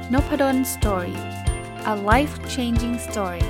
Nopadon Story. A life-changing story.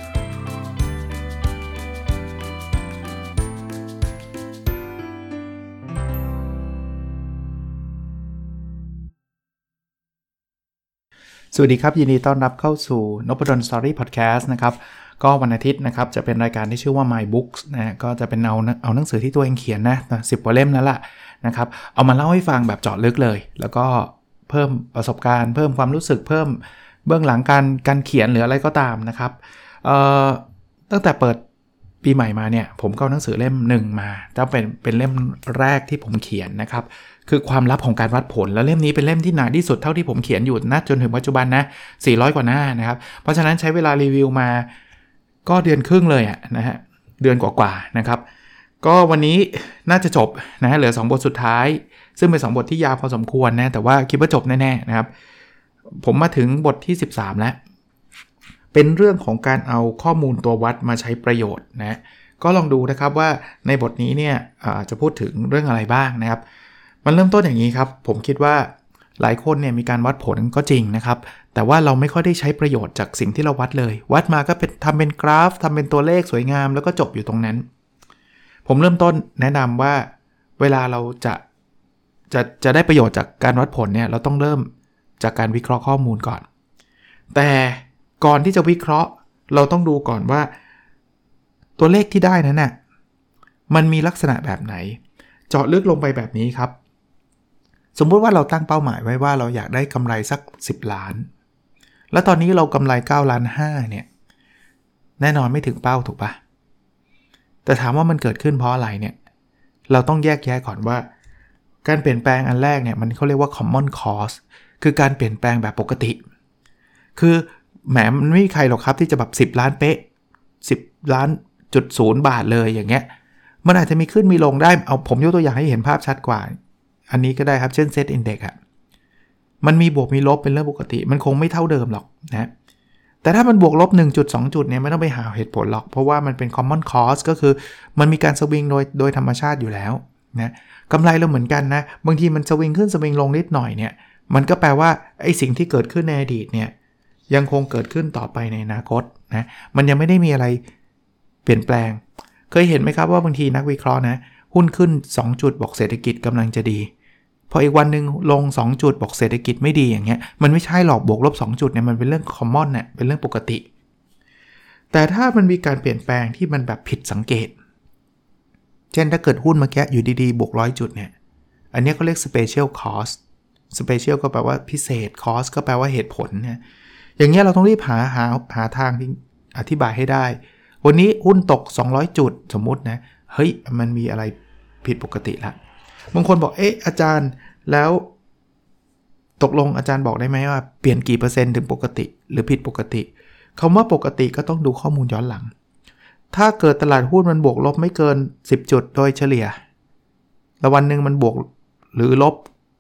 สวัสดีครับยินดีต้อนรับเข้าสู่ Nopadon Story Podcast นะครับก็วันอาทิตย์นะครับจะเป็นรายการที่ชื่อว่า My Books นะก็จะเป็นเอาหนังสือที่ตัวเองเขียนนะ10 กว่าเล่มนั่นแหละนะครับเอามาเล่าให้ฟังแบบเจาะลึกเลยแล้วก็เพิ่มประสบการณ์เพิ่มความรู้สึกเพิ่มเบื้องหลังการเขียนหรืออะไรก็ตามนะครับตั้งแต่เปิดปีใหม่มาเนี่ยผมก็เอาหนังสือเล่ม1มาจะเป็นเล่มแรกที่ผมเขียนนะครับคือความลับของการวัดผลแล้วเล่มนี้เป็นเล่มที่หนาที่สุดเท่าที่ผมเขียนอยู่นะจนถึงปัจจุบันนะ400 กว่าหน้านะครับเพราะฉะนั้นใช้เวลารีวิวมาก็เดือนครึ่งเลยนะฮะเดือนกว่าๆนะครับก็วันนี้น่าจะจบนะเหลือ2 บทสุดท้ายซึ่งเป็น2 บทที่ยาวพอสมควรนะแต่ว่าคิดว่าจบแน่ๆนะครับผมมาถึงบทที่13แล้วเป็นเรื่องของการเอาข้อมูลตัววัดมาใช้ประโยชน์นะก็ลองดูนะครับว่าในบทนี้เนี่ยจะพูดถึงเรื่องอะไรบ้างนะครับมันเริ่มต้นอย่างนี้ครับผมคิดว่าหลายคนเนี่ยมีการวัดผลก็จริงนะครับแต่ว่าเราไม่ค่อยได้ใช้ประโยชน์จากสิ่งที่เราวัดเลยวัดมาก็ทำเป็นกราฟทำเป็นตัวเลขสวยงามแล้วก็จบอยู่ตรงนั้นผมเริ่มต้นแนะนำว่าเวลาเราจะได้ประโยชน์จากการวัดผลเนี่ยเราต้องเริ่มจากการวิเคราะห์ข้อมูลก่อนแต่ก่อนที่จะวิเคราะห์เราต้องดูก่อนว่าตัวเลขที่ได้นั้นน่ะมันมีลักษณะแบบไหนเจาะลึกลงไปแบบนี้ครับสมมุติว่าเราตั้งเป้าหมายไว้ว่าเราอยากได้กำไรสัก10 ล้านแล้วตอนนี้เรากำไร9.5 ล้านเนี่ยแน่นอนไม่ถึงเป้าถูกปะแต่ถามว่ามันเกิดขึ้นเพราะอะไรเนี่ยเราต้องแยกแยะก่อนว่าการเปลี่ยนแปลงอันแรกเนี่ยมันเขาเรียกว่า common cause คือการเปลี่ยนแปลงแบบปกติคือแหมมันไม่มีใครหรอกครับที่จะแบบ10 ล้านเป๊ะ10 ล้านจุด0 บาทเลยอย่างเงี้ยมันอาจจะมีขึ้นมีลงได้เอาผมยกตัวอย่างให้เห็นภาพชัดกว่าอันนี้ก็ได้ครับเช่น Set Index อ่ะมันมีบวกมีลบเป็นเรื่องปกติมันคงไม่เท่าเดิมหรอกนะแต่ถ้ามันบวกลบ1.2 จุดเนี่ยไม่ต้องไปหาเหตุผลหรอกเพราะว่ามันเป็น common cause ก็คือมันมีการสวิงโดยธรรมชาติอยู่แล้วนะกำไรเราเหมือนกันนะบางทีมันสวิงขึ้นสวิงลงนิดหน่อยเนี่ยมันก็แปลว่าไอ้สิ่งที่เกิดขึ้นในอดีตเนี่ยยังคงเกิดขึ้นต่อไปในอนาคตนะมันยังไม่ได้มีอะไรเปลี่ยนแปลงเคยเห็นไหมครับว่าบางทีนักวิเคราะห์นะหุ้นขึ้น2 จุดบอกเศรษฐกิจกำลังจะดีพออีกวันนึงลง2 จุดบอกเศรษฐกิจไม่ดีอย่างเงี้ยมันไม่ใช่หรอกบวกลบ2 จุดเนี่ยมันเป็นเรื่อง common เนี่ยเป็นเรื่องปกติแต่ถ้ามันมีการเปลี่ยนแปลงที่มันแบบผิดสังเกตเช่นถ้าเกิดหุ้นเมื่อกี้อยู่ดีๆบวก100 จุดเนี่ยอันนี้เขาเรียก special cause special ก็แปลว่าพิเศษ cause ก็แปลว่าเหตุผลเนี่ยอย่างเงี้ยเราต้องรีบหาทางที่อธิบายให้ได้วันนี้หุ้นตก200 จุดสมมุตินะเฮ้ยมันมีอะไรผิดปกติละบางคนบอกอาจารย์แล้วตกลงอาจารย์บอกได้ไหมว่าเปลี่ยนกี่%ถึงปกติหรือผิดปกติคำว่าปกติก็ต้องดูข้อมูลย้อนหลังถ้าเกิดตลาดหุ้นมันบวกลบไม่เกิน10 จุดโดยเฉลี่ยแล้ววันนึงมันบวกหรือลบ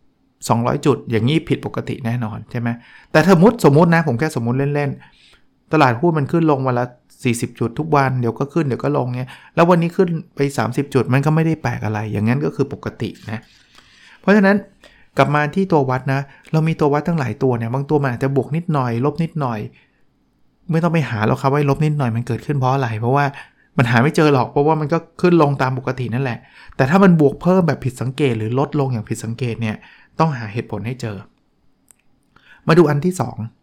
200 จุดอย่างนี้ผิดปกติแน่นอนใช่ไหมแต่สมมุตินะผมแค่สมมุติเล่นๆตลาดหุ้นมันขึ้นลงวันละ40 จุดทุกวันเดี๋ยวก็ขึ้นเดี๋ยวก็ลงเงี้ยแล้ววันนี้ขึ้นไป30 จุดมันก็ไม่ได้แปลกอะไรอย่างนั้นก็คือปกตินะเพราะฉะนั้นกลับมาที่ตัววัดนะเรามีตัววัดตั้งหลายตัวเนี่ยบางตัวมันอาจจะบวกนิดหน่อยลบนิดหน่อยไม่ต้องไปหาแล้วครับว่าลบนิดหน่อยมันเกิดขึ้นเพราะอะไรเพราะว่ามันหาไม่เจอหรอกเพราะว่ามันก็ขึ้นลงตามปกตินั่นแหละแต่ถ้ามันบวกเพิ่มแบบผิดสังเกตหรือลดลงอย่างผิดสังเกตเนี่ยต้องหาเหตุผลให้เจอมาดูอันที่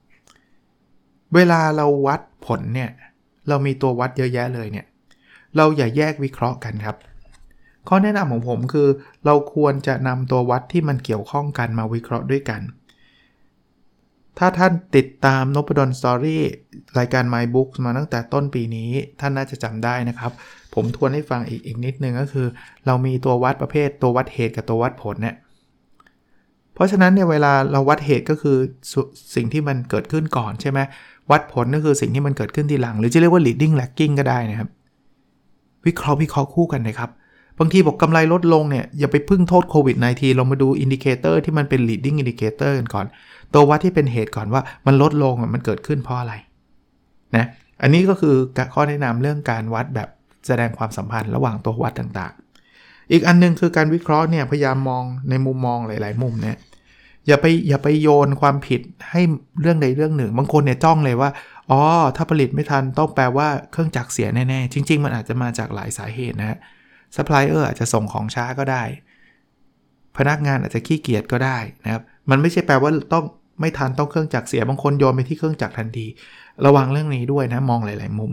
2เวลาเราวัดผลเนี่ยเรามีตัววัดเยอะแยะเลยเนี่ยเราอย่าแยกวิเคราะห์กันครับข้อแนะนำของผมคือเราควรจะนำตัววัดที่มันเกี่ยวข้องกันมาวิเคราะห์ด้วยกันถ้าท่านติดตาม Nopadon Story รายการ My Books มาตั้งแต่ต้นปีนี้ท่านน่าจะจำได้นะครับผมทวนให้ฟังอีกนิดนึงก็คือเรามีตัววัดประเภทตัววัดเหตุกับตัววัดผลเนี่ยเพราะฉะนั้นเนี่ยเวลาเราวัดเหตุก็คือสิ่งที่มันเกิดขึ้นก่อนใช่ไหมวัดผลก็คือสิ่งที่มันเกิดขึ้นทีหลังหรือจะเรียกว่า leading lagging ก็ได้นะครับวิเคราะห์คู่กันนะครับบางทีบอกกำไรลดลงเนี่ยอย่าไปพึ่งโทษโควิด -19 เรามาดูอินดิเคเตอร์ที่มันเป็น leading indicator กันก่อนตัววัดที่เป็นเหตุก่อนว่ามันลดลงมันเกิดขึ้นเพราะอะไรนะอันนี้ก็คือข้อแนะนำเรื่องการวัดแบบแสดงความสัมพันธ์ระหว่างตัววัดต่างๆอีกอันนึงคือการวิเคราะห์เนี่ยพยายามมองในมุมมองหลายๆมุมเนี่ยอย่าไปโยนความผิดให้เรื่องใดเรื่องหนึ่งบางคนเนี่ยจ้องเลยว่าอ๋อถ้าผลิตไม่ทันต้องแปลว่าเครื่องจักรเสียแน่ๆจริงๆมันอาจจะมาจากหลายสาเหตุนะฮะซัพพลายเออร์อาจจะส่งของช้าก็ได้พนักงานอาจจะขี้เกียจก็ได้นะครับมันไม่ใช่แปลว่าต้องไม่ทันต้องเครื่องจักรเสียบางคนโยนไปที่เครื่องจักรทันทีระวังเรื่องนี้ด้วยนะมองหลายๆมุม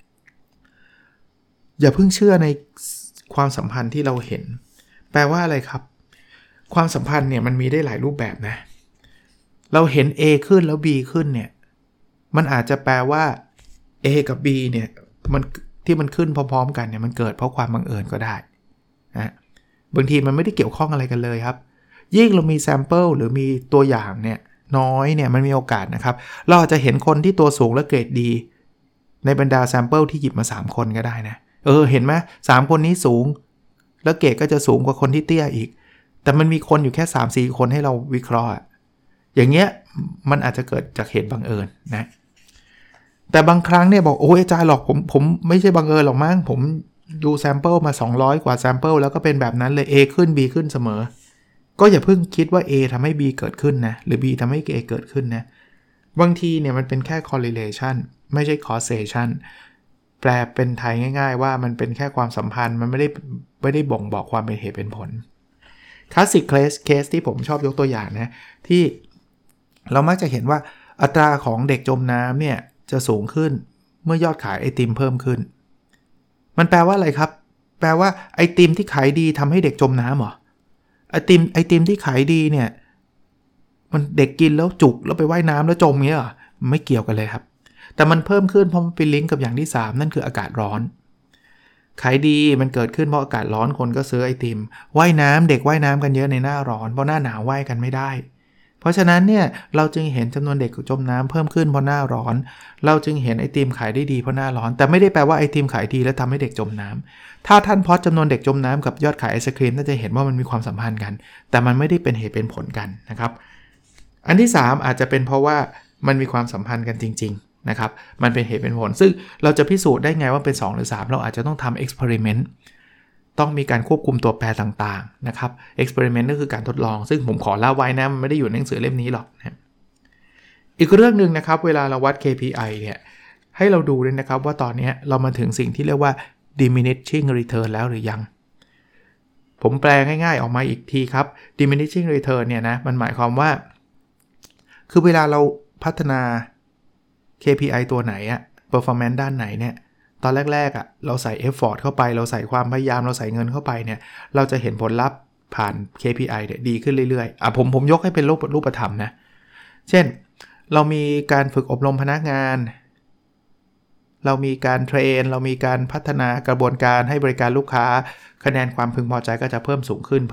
อย่าเพิ่งเชื่อในความสัมพันธ์ที่เราเห็นแปลว่าอะไรครับความสัมพันธ์เนี่ยมันมีได้หลายรูปแบบนะเราเห็น A ขึ้นแล้ว B ขึ้นเนี่ยมันอาจจะแปลว่า A กับ B เนี่ยมันที่มันขึ้นพร้อมๆกันเนี่ยมันเกิดเพราะความบังเอิญก็ได้นะบางทีมันไม่ได้เกี่ยวข้องอะไรกันเลยครับยิ่งเรามีแซมเปิลหรือมีตัวอย่างเนี่ยน้อยเนี่ยมันมีโอกาสนะครับเราอาจจะเห็นคนที่ตัวสูงและเกรดดีในบรรดาแซมเปิลที่หยิบมา3คนก็ได้นะเห็นไหม3คนนี้สูงแล้วเกรดก็จะสูงกว่าคนที่เตี้ยอีกแต่มันมีคนอยู่แค่ 3-4 คนให้เราวิเคราะห์อย่างเงี้ยมันอาจจะเกิดจากเหตุบังเอิญนะแต่บางครั้งเนี่ยบอกโอ้ยอาจารย์หรอกผมไม่ใช่บังเอิญหรอกมั้งผมดูแซมเปิลมา200กว่าแซมเปิลแล้วก็เป็นแบบนั้นเลย A ขึ้น B ขึ้นเสมอก็อย่าเพิ่งคิดว่า A ทำให้ B เกิดขึ้นนะหรือ B ทำให้ A เกิดขึ้นนะบางทีเนี่ยมันเป็นแค่ correlation ไม่ใช่ causation แปลเป็นไทยง่ายๆว่ามันเป็นแค่ความสัมพันธ์มันไม่ได้บ่งบอกความเป็นเหตุเป็นผลคลาสสิกเคสที่ผมชอบยกตัวอย่างนะที่เรามักจะเห็นว่าอัตราของเด็กจมน้ำเนี่ยจะสูงขึ้นเมื่อยอดขายไอติมเพิ่มขึ้นมันแปลว่าอะไรครับแปลว่าไอติมที่ขายดีทำให้เด็กจมน้ำเหรอไอติมที่ขายดีเนี่ยมันเด็กกินแล้วจุกแล้วไปว่ายน้ำแล้วจมเงี้ยเหรอไม่เกี่ยวกันเลยครับแต่มันเพิ่มขึ้นเพราะมันเป็นลิงก์กับอย่างที่3นั่นคืออากาศร้อนขายดีมันเกิดขึ้นเพราะอากาศร้อนคนก็ซื้อไอติมว่ายน้ำเด็กว่ายน้ำกันเยอะในหน้าร้อนเพราะหน้าหนาวว่ายกันไม่ได้เพราะฉะนั้นเนี่ยเราจึงเห็นจำนวนเด็กจมน้ำเพิ่มขึ้นเพราะหน้าร้อนเราจึงเห็นไอติมขายได้ดีเพราะหน้าร้อนแต่ไม่ได้แปลว่าไอติมขายดีแล้วทำให้เด็กจมน้ำถ้าท่านพอดจำนวนเด็กจมน้ำกับยอดขายไอศครีมน่าจะเห็นว่ามันมีความสัมพันธ์กันแต่มันไม่ได้เป็นเหตุเป็นผลกันนะครับอันที่3อาจจะเป็นเพราะว่ามันมีความสัมพันธ์กันจริงๆนะครับมันเป็นเหตุเป็นผลซึ่งเราจะพิสูจน์ได้ไงว่าเป็น2หรือ3เราอาจจะต้องทำ experiment ต้องมีการควบคุมตัวแปรต่างๆนะครับ experiment ก็คือการทดลองซึ่งผมขอเล่าไว้นะมันไม่ได้อยู่ในหนังสือเล่มนี้หรอกนะอีกเรื่องนึงนะครับเวลาเราวัด KPI เนี่ยให้เราดูด้วยนะครับว่าตอนนี้เรามาถึงสิ่งที่เรียกว่า diminishing return แล้วหรือยังผมแปลง่ายๆออกมาอีกทีครับ diminishing return เนี่ยนะมันหมายความว่าคือเวลาเราพัฒนา KPI ตัวไหนอะ performance ด้านไหนเนี่ยตอนแรกๆเราใส่ effort เข้าไปเราใส่ความพยายามเราใส่เงินเข้าไปเนี่ยเราจะเห็นผลลัพธ์ผ่าน KPI เนี่ยดีขึ้นเรื่อยๆผมยกให้เป็นรูปธรรมนะเช่นเรามีการฝึกอบรมพนักงานเรามีการเทรนเรามีการพัฒนากระบวนการให้บริการลูกค้าคะแนนความพึงพอใจก็จะเพิ่มสูงขึ้น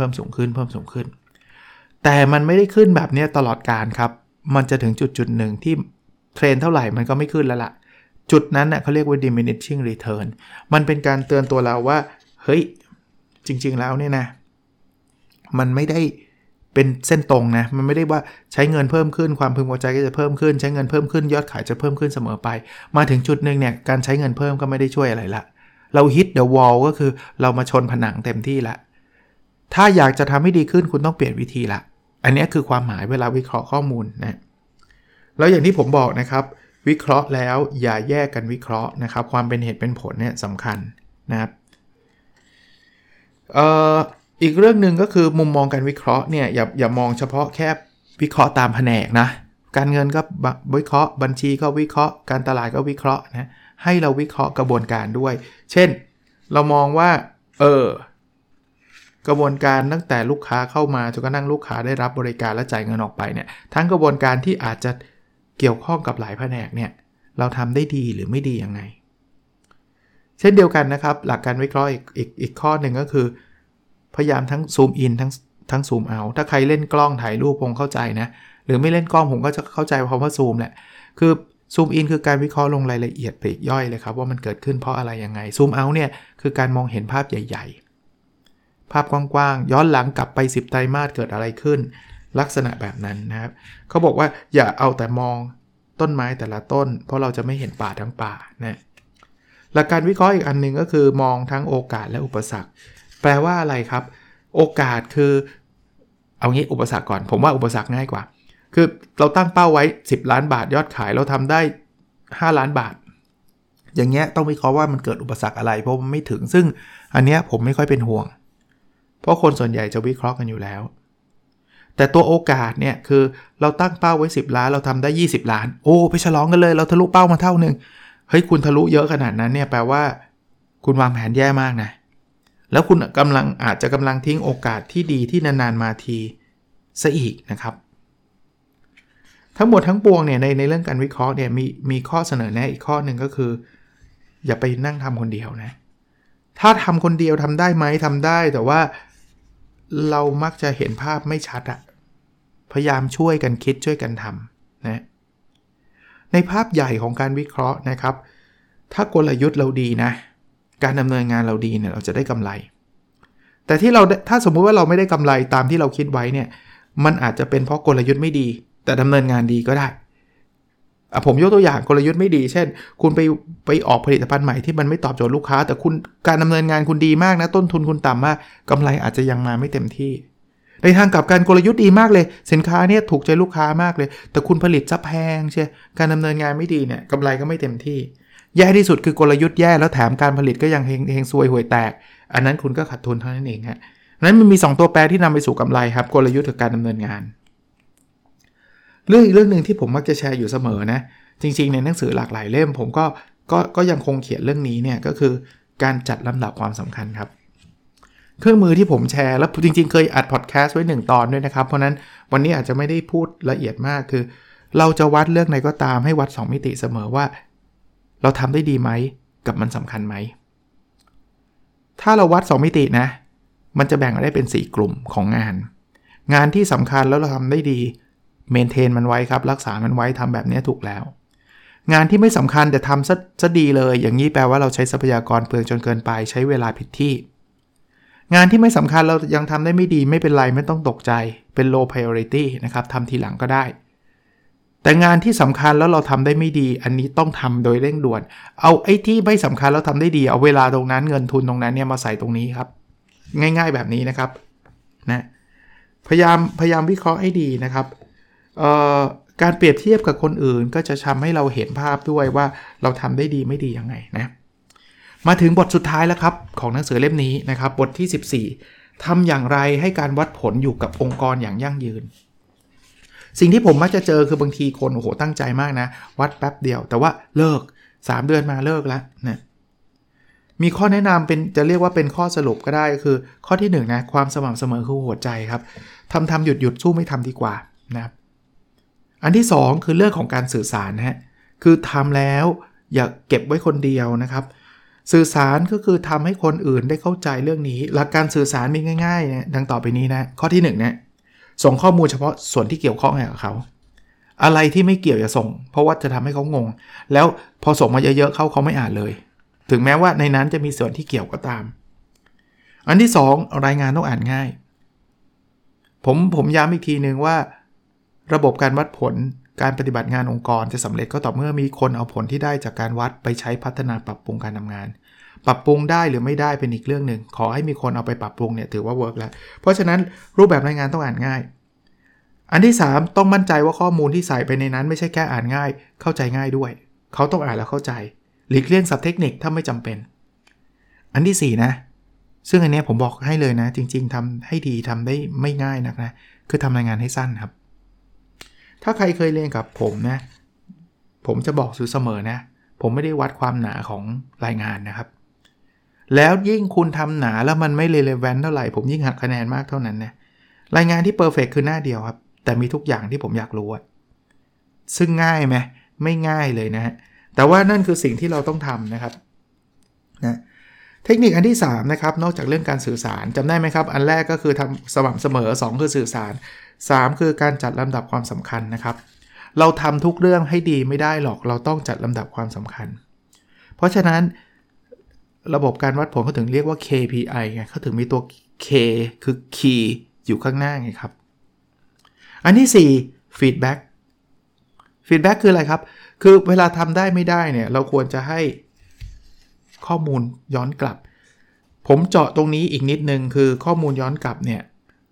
แต่มันไม่ได้ขึ้นแบบนี้ตลอดกาลครับมันจะถึงจุดหนึ่งที่เทรนเท่าไหร่มันก็ไม่ขึ้นแล้วล่ะจุดนั้นน่ะเขาเรียกว่า diminishing return มันเป็นการเตือนตัวเราว่าเฮ้ยจริงๆแล้วเนี่ยนะมันไม่ได้เป็นเส้นตรงนะมันไม่ได้ว่าใช้เงินเพิ่มขึ้นความพึงพอใจก็จะเพิ่มขึ้นใช้เงินเพิ่มขึ้นยอดขายจะเพิ่มขึ้นเสมอไปมาถึงจุดนึงเนี่ยการใช้เงินเพิ่มก็ไม่ได้ช่วยอะไรละเรา hit the wall ก็คือเรามาชนผนังเต็มที่ละถ้าอยากจะทำให้ดีขึ้นคุณต้องเปลี่ยนวิธีละอันนี้คือความหมายเวลาวิเคราะห์ข้อมูลนะแล้วอย่างที่ผมบอกนะครับวิเคราะห์แล้วอย่าแยกกันวิเคราะห์นะครับความเป็นเหตุเป็นผลเนี่ยสำคัญนะครับอีกเรื่องนึงก็คือมุมมองการวิเคราะห์เนี่ยอย่ามองเฉพาะแค่วิเคราะห์ตามแผนกนะการเงินก็วิเคราะห์บัญชีก็วิเคราะห์การตลาดก็วิเคราะห์นะให้เราวิเคราะห์กระบวนการด้วยเช่นเรามองว่ากระบวนการตั้งแต่ลูกค้าเข้ามาจนกระทั่งลูกค้าได้รับบริการและจ่ายเงินออกไปเนี่ยทั้งกระบวนการที่อาจจะเกี่ยวข้องกับหลายแผนกเนี่ยเราทำได้ดีหรือไม่ดียังไงเช่นเดียวกันนะครับหลักการวิเคราะห์อีกข้อหนึ่งก็คือพยายามทั้งซูมอินทั้งซูมเอาถ้าใครเล่นกล้องถ่ายรูปคงเข้าใจนะหรือไม่เล่นกล้องผมก็จะเข้าใจคำว่าซูมแหละคือซูมอินคือการวิเคราะห์ลงรายละเอียดปลีกย่อยเลยครับว่ามันเกิดขึ้นเพราะอะไรยังไงซูมเอาเนี่ยคือการมองเห็นภาพใหญ่ๆภาพกว้างๆย้อนหลังกลับไป10ไตรมาสเกิดอะไรขึ้นลักษณะแบบนั้นนะครับเขาบอกว่าอย่าเอาแต่มองต้นไม้แต่ละต้นเพราะเราจะไม่เห็นป่าทั้งป่านะหลักการวิเคราะห์อีกอันนึงก็คือมองทั้งโอกาสและอุปสรรคแปลว่าอะไรครับโอกาสคือเอางี้อุปสรรคก่อนผมว่าอุปสรรคง่ายกว่าคือเราตั้งเป้าไว้10ล้านบาทยอดขายเราทำได้5ล้านบาทอย่างเงี้ยต้องวิเคราะห์ว่ามันเกิดอุปสรรคอะไรเพราะมันไม่ถึงซึ่งอันเนี้ยผมไม่ค่อยเป็นห่วงเพราะคนส่วนใหญ่จะวิเคราะห์กันอยู่แล้วแต่ตัวโอกาสเนี่ยคือเราตั้งเป้าไว้10ล้านเราทำได้20ล้านโอ้ไปฉลองกันเลยเราทะลุเป้ามาเท่านึงเฮ้ยคุณทะลุเยอะขนาดนั้นเนี่ยแปลว่าคุณวางแผนแย่มากนะแล้วคุณอาจจะกำลังทิ้งโอกาสที่ดีที่นานๆมาทีซะอีกนะครับทั้งหมดทั้งปวงเนี่ยในเรื่องการวิเคราะห์เนี่ยมีข้อเสนอแนะอีกข้อหนึ่งก็คืออย่าไปนั่งทำคนเดียวนะถ้าทำคนเดียวทำได้ไหมทำได้แต่ว่าเรามักจะเห็นภาพไม่ชัดอะพยายามช่วยกันคิดช่วยกันทำนะในภาพใหญ่ของการวิเคราะห์นะครับถ้ากลยุทธ์เราดีนะการดำเนินงานเราดีเนี่ยเราจะได้กำไรแต่ที่เราถ้าสมมุติว่าเราไม่ได้กำไรตามที่เราคิดไว้เนี่ยมันอาจจะเป็นเพราะกลยุทธ์ไม่ดีแต่ดำเนินงานดีก็ได้ผมยกตัวอย่างกลยุทธ์ไม่ดีเช่นคุณไปออกผลิตภัณฑ์ใหม่ที่มันไม่ตอบโจทย์ลูกค้าแต่การดำเนินงานคุณดีมากนะต้นทุนคุณต่ำมากกำไรอาจจะยังมาไม่เต็มที่ในทางกลับกันกลยุทธ์ดีมากเลยสินค้าเนี่ยถูกใจลูกค้ามากเลยแต่คุณผลิตซะแพงใช่การดำเนินงานไม่ดีเนี่ยกำไรก็ไม่เต็มที่แย่ที่สุดคือกลยุทธ์แย่แล้วแถมการผลิตก็ยังเฮงซวยห่วยแตกอันนั้นคุณก็ขาดทุนเท่านั้นเองฮะนั้นมันมี2ตัวแปรที่นำไปสู่กำไรครับกลยุทธ์กับการดำเนินงานเรื่องนึงที่ผมมักจะแชร์อยู่เสมอนะจริงๆในหนังสือหลากหลายเล่มผมก็ยังคงเขียนเรื่องนี้เนี่ยก็คือการจัดลำดับความสำคัญครับเครื่องมือที่ผมแชร์แล้วจริงๆเคยอัดพอดแคสต์ไว้1ตอนด้วยนะครับเพราะนั้นวันนี้อาจจะไม่ได้พูดละเอียดมากคือเราจะวัดเรื่องไหนก็ตามให้วัด2มิติเสมอว่าเราทำได้ดีไหมกับมันสำคัญไหมถ้าเราวัด2มิตินะมันจะแบ่งได้เป็น4กลุ่มของงานที่สำคัญแล้วเราทำได้ดีเมนเทนมันไว้ครับรักษามันไว้ทำแบบนี้ถูกแล้วงานที่ไม่สำคัญแต่ทำซะดีเลยอย่างนี้แปลว่าเราใช้ทรัพยากรเปลืองจนเกินไปใช้เวลาผิดที่งานที่ไม่สำคัญเรายังทำได้ไม่ดีไม่เป็นไรไม่ต้องตกใจเป็น low priority นะครับทำทีหลังก็ได้แต่งานที่สำคัญแล้วเราทำได้ไม่ดีอันนี้ต้องทำโดยเร่งด่วนเอาไอ้ที่ไม่สำคัญแล้วทำได้ดีเอาเวลาตรงนั้นเงินทุนตรงนั้นเนี่ยมาใส่ตรงนี้ครับง่ายๆแบบนี้นะครับนะพยายามวิเคราะห์ให้ดีนะครับการเปรียบเทียบกับคนอื่นก็จะทำให้เราเห็นภาพด้วยว่าเราทำได้ดีไม่ดียังไงนะมาถึงบทสุดท้ายแล้วครับของหนังสือเล่มนี้นะครับบทที่14ทำอย่างไรให้การวัดผลอยู่กับองค์กรอย่างยั่งยืนสิ่งที่ผมมักจะเจอคือบางทีคนโอ้โหตั้งใจมากนะวัดแป๊บเดียวแต่ว่าเลิก3เดือนมาเลิกแล้วนะมีข้อแนะนำเป็นจะเรียกว่าเป็นข้อสรุปก็ได้คือข้อที่1นะความสม่ำเสมอคือหัวใจครับทำหยุดสู้ไม่ทำดีกว่านะครับอันที่2คือเรื่องของการสื่อสารนะฮะคือทำแล้วอย่าเก็บไว้คนเดียวนะครับสื่อสารก็คือทำให้คนอื่นได้เข้าใจเรื่องนี้หลักการสื่อสารมีง่ายๆนะดังต่อไปนี้นะข้อที่1นะส่งข้อมูลเฉพาะส่วนที่เกี่ยวข้องกับเขาอะไรที่ไม่เกี่ยวอย่าส่งเพราะว่าจะทำให้เขางงแล้วพอส่งมาเยอะๆเขาไม่อ่านเลยถึงแม้ว่าในนั้นจะมีส่วนที่เกี่ยวก็ตามอันที่2รายงานต้องอ่านง่ายผมย้ำอีกทีนึงว่าระบบการวัดผลการปฏิบัติงานองค์กรจะสำเร็จก็ต่อเมื่อมีคนเอาผลที่ได้จากการวัดไปใช้พัฒนาปรับปรุงการทำงานปรับปรุงได้หรือไม่ได้เป็นอีกเรื่องหนึ่งขอให้มีคนเอาไปปรับปรุงเนี่ยถือว่าเวิร์กแล้วเพราะฉะนั้นรูปแบบรายงานต้องอ่านง่ายอันที่3ต้องมั่นใจว่าข้อมูลที่ใส่ไปในนั้นไม่ใช่แค่อ่านง่ายเข้าใจง่ายด้วยเขาต้องอ่านแล้วเข้าใจหลีกเลี่ยงศัพท์เทคนิคถ้าไม่จำเป็นอันที่4นะซึ่งอันนี้ผมบอกให้เลยนะจริงๆทำให้ดีทำได้ไม่ง่ายนักนะคือทำรายงานให้สั้นครับถ้าใครเคยเรียนกับผมนะผมจะบอกอยู่เสมอนะผมไม่ได้วัดความหนาของรายงานนะครับแล้วยิ่งคุณทำหนาแล้วมันไม่ relevant เท่าไหร่ผมยิ่งหักคะแนนมากเท่านั้นนะรายงานที่ perfect คือหน้าเดียวครับแต่มีทุกอย่างที่ผมอยากรู้ซึ่งง่ายไหมไม่ง่ายเลยนะฮะแต่ว่านั่นคือสิ่งที่เราต้องทำนะครับนะเทคนิคอันที่3นะครับนอกจากเรื่องการสื่อสารจำได้ไหมครับอันแรกก็คือทำสม่ำเสมอ2คือสื่อสาร3คือการจัดลำดับความสำคัญนะครับเราทำทุกเรื่องให้ดีไม่ได้หรอกเราต้องจัดลำดับความสำคัญเพราะฉะนั้นระบบการวัดผลเขาถึงเรียกว่า KPI ไงเขาถึงมีตัว K คือ Key อยู่ข้างหน้าไงครับอันที่4 Feedback คืออะไรครับคือเวลาทำได้ไม่ได้เนี่ยเราควรจะให้ข้อมูลย้อนกลับผมเจาะตรงนี้อีกนิดนึงคือข้อมูลย้อนกลับเนี่ย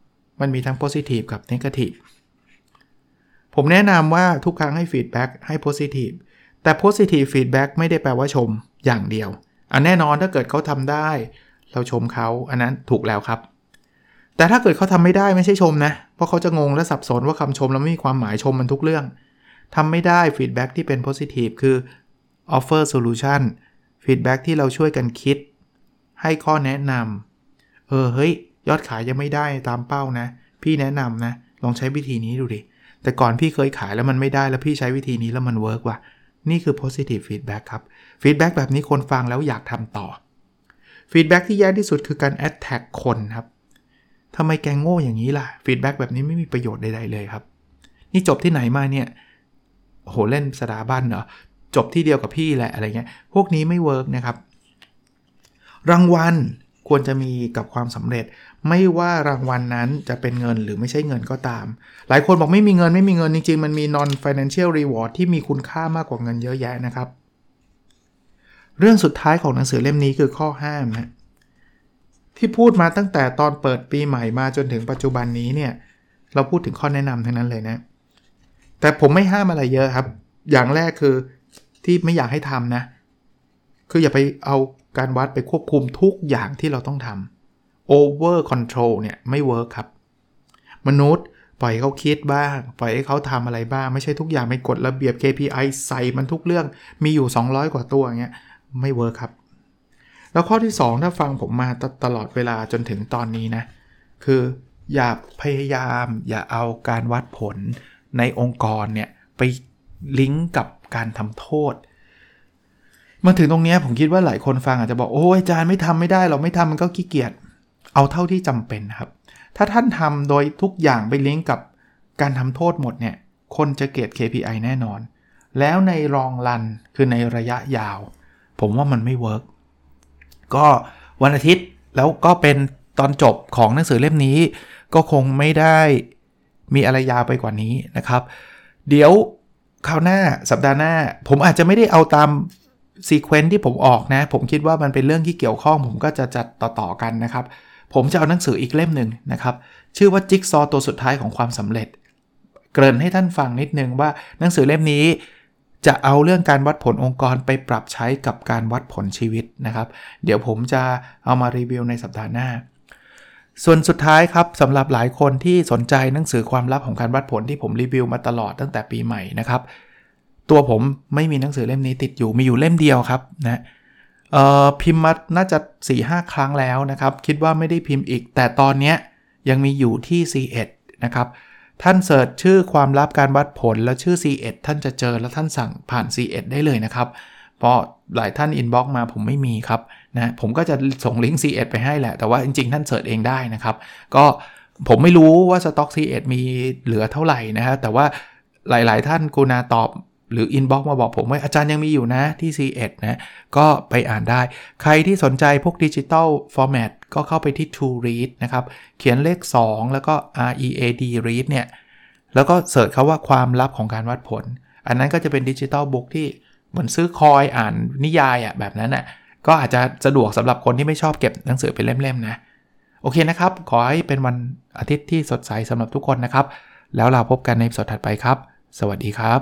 มันมีทั้ง positive กับ negative ผมแนะนำว่าทุกครั้งให้ feedback ให้ positive แต่ positive feedback ไม่ได้แปลว่าชมอย่างเดียวแน่นอนถ้าเกิดเขาทำได้เราชมเขาอันนั้นถูกแล้วครับแต่ถ้าเกิดเขาทำไม่ได้ไม่ใช่ชมนะเพราะเขาจะงงและสับสนว่าคำชมแล้วไม่มีความหมายชมมันทุกเรื่องทำไม่ได้ feedback ที่เป็น positive คือ offer solution feedback ที่เราช่วยกันคิดให้ข้อแนะนำเฮ้ยยอดขายยังไม่ได้ตามเป้านะพี่แนะนำนะลองใช้วิธีนี้ดูดิแต่ก่อนพี่เคยขายแล้วมันไม่ได้แล้วพี่ใช้วิธีนี้แล้วมันเวิร์กว่ะนี่คือ positive feedback ครับ feedback แบบนี้คนฟังแล้วอยากทำต่อ feedback ที่แย่ที่สุดคือการ attack คนครับทำไมแกโง่อย่างนี้ล่ะ feedback แบบนี้ไม่มีประโยชน์ใดๆเลยครับนี่จบที่ไหนมาเนี่ยโหเล่นสถาบันเหรอจบที่เดียวกับพี่แหละอะไรเงี้ยพวกนี้ไม่เวิร์กนะครับรางวัลควรจะมีกับความสำเร็จไม่ว่ารางวัลนั้นจะเป็นเงินหรือไม่ใช่เงินก็ตามหลายคนบอกไม่มีเงินจริงๆมันมี non financial reward ที่มีคุณค่ามากกว่าเงินเยอะแยะนะครับเรื่องสุดท้ายของหนังสือเล่มนี้คือข้อห้ามนะที่พูดมาตั้งแต่ตอนเปิดปีใหม่มาจนถึงปัจจุบันนี้เนี่ยเราพูดถึงข้อแนะนำทั้งนั้นเลยนะแต่ผมไม่ห้ามอะไรเยอะครับอย่างแรกคือที่ไม่อยากให้ทำนะคืออย่าไปเอาการวัดไปควบคุมทุกอย่างที่เราต้องทำ over control เนี่ยไม่เวิร์คครับมนุษย์ปล่อยเขาคิดบ้างปล่อยให้เขาทำอะไรบ้างไม่ใช่ทุกอย่างไปกฎระเบียบ KPI ใส่มันทุกเรื่องมีอยู่200กว่าตัวอย่างเงี้ยไม่เวิร์คครับแล้วข้อที่2ถ้าฟังผมมาตลอดเวลาจนถึงตอนนี้นะคืออย่าพยายามอย่าเอาการวัดผลในองค์กรเนี่ยไปลิงก์กับการทำโทษมาถึงตรงนี้ผมคิดว่าหลายคนฟังอาจจะบอกโอ้ยอาจารย์ไม่ทำไม่ได้เราไม่ทำมันก็ขี้เกียจเอาเท่าที่จำเป็นครับถ้าท่านทำโดยทุกอย่างไปลิงก์กับการทำโทษหมดเนี่ยคนจะเกลียด KPI แน่นอนแล้วในลองรันคือในระยะยาวผมว่ามันไม่เวิร์กก็วันอาทิตย์แล้วก็เป็นตอนจบของหนังสือเล่มนี้ก็คงไม่ได้มีอะไรยาวไปกว่านี้นะครับเดี๋ยวคราวหน้าสัปดาห์หน้าผมอาจจะไม่ได้เอาตามซีเควนซ์ที่ผมออกนะผมคิดว่ามันเป็นเรื่องที่เกี่ยวข้องผมก็จะจัดต่อๆกันนะครับผมจะเอาหนังสืออีกเล่มหนึ่งนะครับชื่อว่าจิ๊กซอว์ตัวสุดท้ายของความสำเร็จเกริ่นให้ท่านฟังนิดนึงว่าหนังสือเล่มนี้จะเอาเรื่องการวัดผลองค์กรไปปรับใช้กับการวัดผลชีวิตนะครับเดี๋ยวผมจะเอามารีวิวในสัปดาห์หน้าส่วนสุดท้ายครับสำหรับหลายคนที่สนใจหนังสือความลับของการวัดผลที่ผมรีวิวมาตลอดตั้งแต่ปีใหม่นะครับตัวผมไม่มีหนังสือเล่มนี้ติดอยู่มีอยู่เล่มเดียวครับนะพิมพ์มาน่าจะ 4-5 ครั้งแล้วนะครับคิดว่าไม่ได้พิมพ์อีกแต่ตอนนี้ยังมีอยู่ที่ C1 นะครับท่านเสิร์ชชื่อความลับการวัดผลแล้วชื่อ C1 ท่านจะเจอแล้วท่านสั่งผ่าน C1 ได้เลยนะครับเพราะหลายท่านอินบ็อกซ์มาผมไม่มีครับนะผมก็จะส่งลิงก์ C1 ไปให้แหละแต่ว่าจริงๆท่านเสิร์ชเองได้นะครับก็ผมไม่รู้ว่าสต็อก C1 มีเหลือเท่าไหร่นะฮะแต่ว่าหลายๆท่านกรุณาตอบหรือ inbox มาบอกผมว่าอาจารย์ยังมีอยู่นะที่ C1 นะก็ไปอ่านได้ใครที่สนใจพวก Digital Format ก็เข้าไปที่ To Read นะครับเขียนเลข2แล้วก็ READ Read เนี่ยแล้วก็เสิร์ชคำว่าความลับของการวัดผลอันนั้นก็จะเป็น Digital Book ที่เหมือนซื้อคอยอ่านนิยายแบบนั้นก็อาจจะสะดวกสำหรับคนที่ไม่ชอบเก็บหนังสือเป็นเล่มๆนะโอเคนะครับขอให้เป็นวันอาทิตย์ที่สดใสสำหรับทุกคนนะครับแล้วเราพบกันในสดถัดไปครับสวัสดีครับ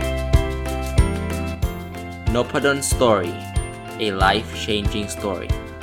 Nopadon Story, a life-changing story.